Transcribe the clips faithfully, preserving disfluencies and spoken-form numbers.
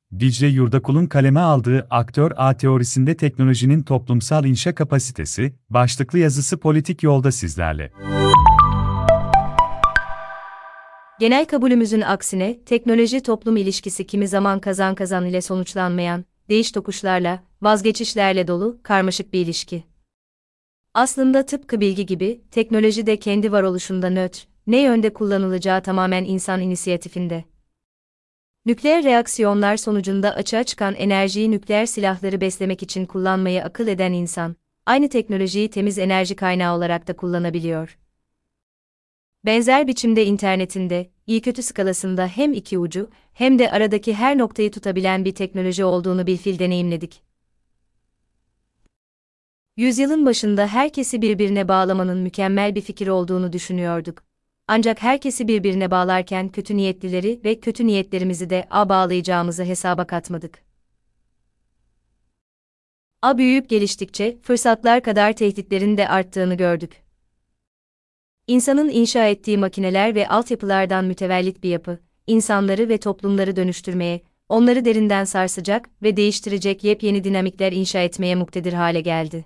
Dicle Yurdakul'un kaleme aldığı Aktör A teorisinde teknolojinin toplumsal inşa kapasitesi, başlıklı yazısı politik yolda sizlerle. Genel kabulümüzün aksine, teknoloji-toplum ilişkisi kimi zaman kazan-kazan ile sonuçlanmayan, değiş-tokuşlarla, vazgeçişlerle dolu, karmaşık bir ilişki. Aslında tıpkı bilgi gibi, teknoloji de kendi varoluşunda nötr, ne yönde kullanılacağı tamamen insan inisiyatifinde. Nükleer reaksiyonlar sonucunda açığa çıkan enerjiyi nükleer silahları beslemek için kullanmayı akıl eden insan, aynı teknolojiyi temiz enerji kaynağı olarak da kullanabiliyor. Benzer biçimde internetinde, iyi-kötü skalasında hem iki ucu, hem de aradaki her noktayı tutabilen bir teknoloji olduğunu bilfil deneyimledik. Yüzyılın başında herkesi birbirine bağlamanın mükemmel bir fikir olduğunu düşünüyorduk. Ancak herkesi birbirine bağlarken kötü niyetlileri ve kötü niyetlerimizi de ağ bağlayacağımızı hesaba katmadık. Ağ büyüyüp geliştikçe fırsatlar kadar tehditlerin de arttığını gördük. İnsanın inşa ettiği makineler ve altyapılardan mütevellit bir yapı, insanları ve toplumları dönüştürmeye, onları derinden sarsacak ve değiştirecek yepyeni dinamikler inşa etmeye muktedir hale geldi.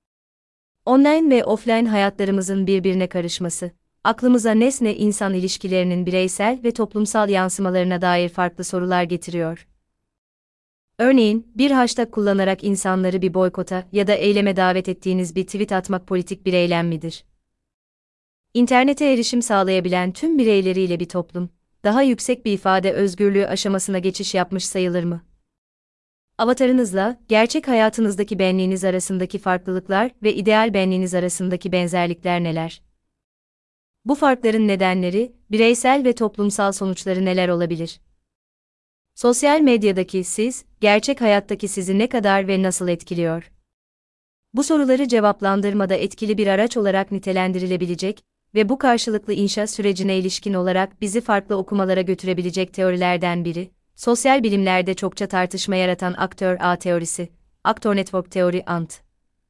Online ve offline hayatlarımızın birbirine karışması, aklımıza nesne-insan ilişkilerinin bireysel ve toplumsal yansımalarına dair farklı sorular getiriyor. Örneğin, bir hashtag kullanarak insanları bir boykota ya da eyleme davet ettiğiniz bir tweet atmak politik bir eylem midir? İnternete erişim sağlayabilen tüm bireyleriyle bir toplum, daha yüksek bir ifade özgürlüğü aşamasına geçiş yapmış sayılır mı? Avatarınızla, gerçek hayatınızdaki benliğiniz arasındaki farklılıklar ve ideal benliğiniz arasındaki benzerlikler neler? Bu farkların nedenleri, bireysel ve toplumsal sonuçları neler olabilir? Sosyal medyadaki siz, gerçek hayattaki sizi ne kadar ve nasıl etkiliyor? Bu soruları cevaplandırmada etkili bir araç olarak nitelendirilebilecek ve bu karşılıklı inşa sürecine ilişkin olarak bizi farklı okumalara götürebilecek teorilerden biri, sosyal bilimlerde çokça tartışma yaratan Aktör A teorisi, Actor Network Theory A N T.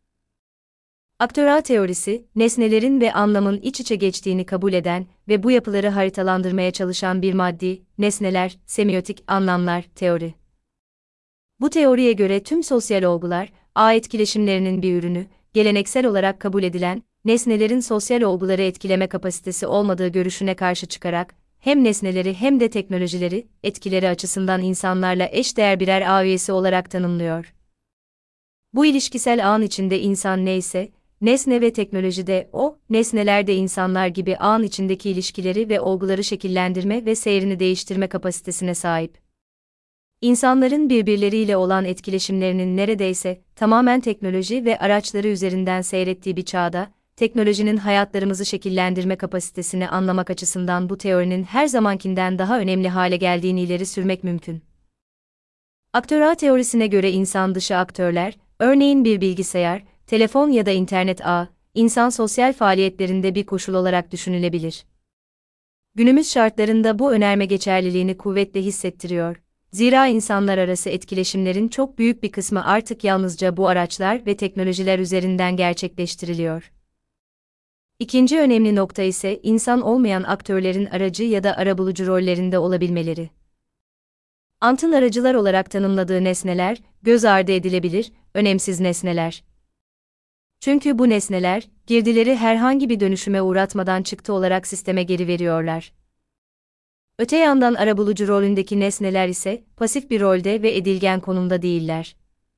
Aktör ağ teorisi, nesnelerin ve anlamın iç içe geçtiğini kabul eden ve bu yapıları haritalandırmaya çalışan bir maddi, nesneler, semiotik anlamlar teori. Bu teoriye göre tüm sosyal olgular, ağ etkileşimlerinin bir ürünü, geleneksel olarak kabul edilen, nesnelerin sosyal olguları etkileme kapasitesi olmadığı görüşüne karşı çıkarak, hem nesneleri hem de teknolojileri, etkileri açısından insanlarla eşdeğer birer ağ üyesi olarak tanımlıyor. Bu ilişkisel ağın içinde insan neyse, nesne ve teknolojide o, nesnelerde insanlar gibi ağın içindeki ilişkileri ve olguları şekillendirme ve seyrini değiştirme kapasitesine sahip. İnsanların birbirleriyle olan etkileşimlerinin neredeyse tamamen teknoloji ve araçları üzerinden seyrettiği bir çağda, teknolojinin hayatlarımızı şekillendirme kapasitesini anlamak açısından bu teorinin her zamankinden daha önemli hale geldiğini ileri sürmek mümkün. Aktör ağ teorisine göre insan dışı aktörler, örneğin bir bilgisayar, telefon ya da internet ağı, insan sosyal faaliyetlerinde bir koşul olarak düşünülebilir. Günümüz şartlarında bu önerme geçerliliğini kuvvetle hissettiriyor. Zira insanlar arası etkileşimlerin çok büyük bir kısmı artık yalnızca bu araçlar ve teknolojiler üzerinden gerçekleştiriliyor. İkinci önemli nokta ise insan olmayan aktörlerin aracı ya da arabulucu rollerinde olabilmeleri. A N T'ın aracılar olarak tanımladığı nesneler, göz ardı edilebilir, önemsiz nesneler. Çünkü bu nesneler, girdileri herhangi bir dönüşüme uğratmadan çıktı olarak sisteme geri veriyorlar. Öte yandan arabulucu rolündeki nesneler ise, pasif bir rolde ve edilgen konumda değiller.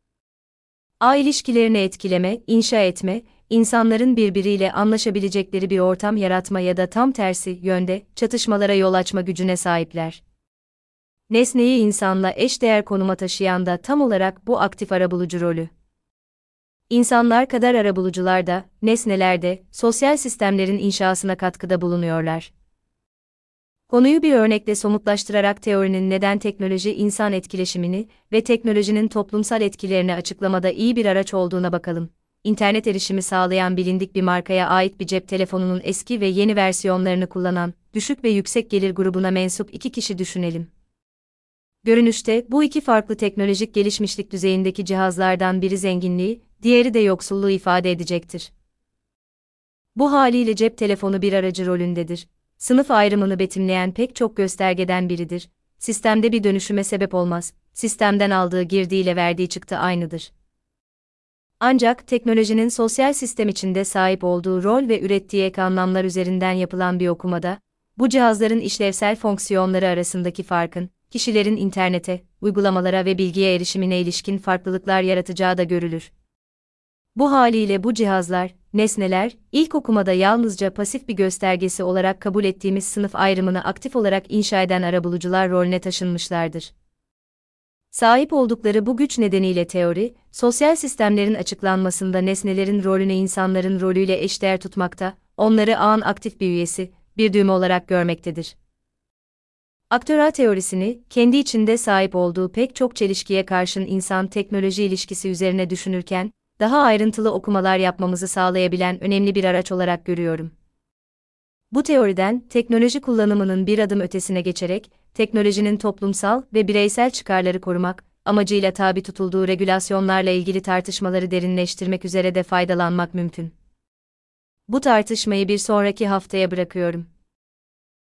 Ağ ilişkilerini etkileme, inşa etme, insanların birbiriyle anlaşabilecekleri bir ortam yaratma ya da tam tersi yönde, çatışmalara yol açma gücüne sahipler. Nesneyi insanla eşdeğer konuma taşıyan da tam olarak bu aktif arabulucu rolü. İnsanlar kadar arabulucular da, nesneler de, sosyal sistemlerin inşasına katkıda bulunuyorlar. Konuyu bir örnekle somutlaştırarak teorinin neden teknoloji-insan etkileşimini ve teknolojinin toplumsal etkilerini açıklamada iyi bir araç olduğuna bakalım. İnternet erişimi sağlayan bilindik bir markaya ait bir cep telefonunun eski ve yeni versiyonlarını kullanan, düşük ve yüksek gelir grubuna mensup iki kişi düşünelim. Görünüşte, bu iki farklı teknolojik gelişmişlik düzeyindeki cihazlardan biri zenginliği, diğeri de yoksulluğu ifade edecektir. Bu haliyle cep telefonu bir aracı rolündedir. Sınıf ayrımını betimleyen pek çok göstergeden biridir. Sistemde bir dönüşüme sebep olmaz. sistemden aldığı girdiyle verdiği çıktı aynıdır. Ancak teknolojinin sosyal sistem içinde sahip olduğu rol ve ürettiği ek anlamlar üzerinden yapılan bir okumada, bu cihazların işlevsel fonksiyonları arasındaki farkın, kişilerin internete, uygulamalara ve bilgiye erişimine ilişkin farklılıklar yaratacağı da görülür. Bu haliyle bu cihazlar, nesneler, ilk okumada yalnızca pasif bir göstergesi olarak kabul ettiğimiz sınıf ayrımını aktif olarak inşa eden arabulucular rolüne taşınmışlardır. Sahip oldukları bu güç nedeniyle teori, sosyal sistemlerin açıklanmasında nesnelerin rolünü insanların rolüyle eşdeğer tutmakta, onları ağın aktif bir üyesi, bir düğme olarak görmektedir. Aktör ağ teorisini, kendi içinde sahip olduğu pek çok çelişkiye karşın insan-teknoloji ilişkisi üzerine düşünürken, daha ayrıntılı okumalar yapmamızı sağlayabilen önemli bir araç olarak görüyorum. Bu teoriden, teknoloji kullanımının bir adım ötesine geçerek, teknolojinin toplumsal ve bireysel çıkarları korumak, amacıyla tabi tutulduğu regülasyonlarla ilgili tartışmaları derinleştirmek üzere de faydalanmak mümkün. Bu tartışmayı bir sonraki haftaya bırakıyorum.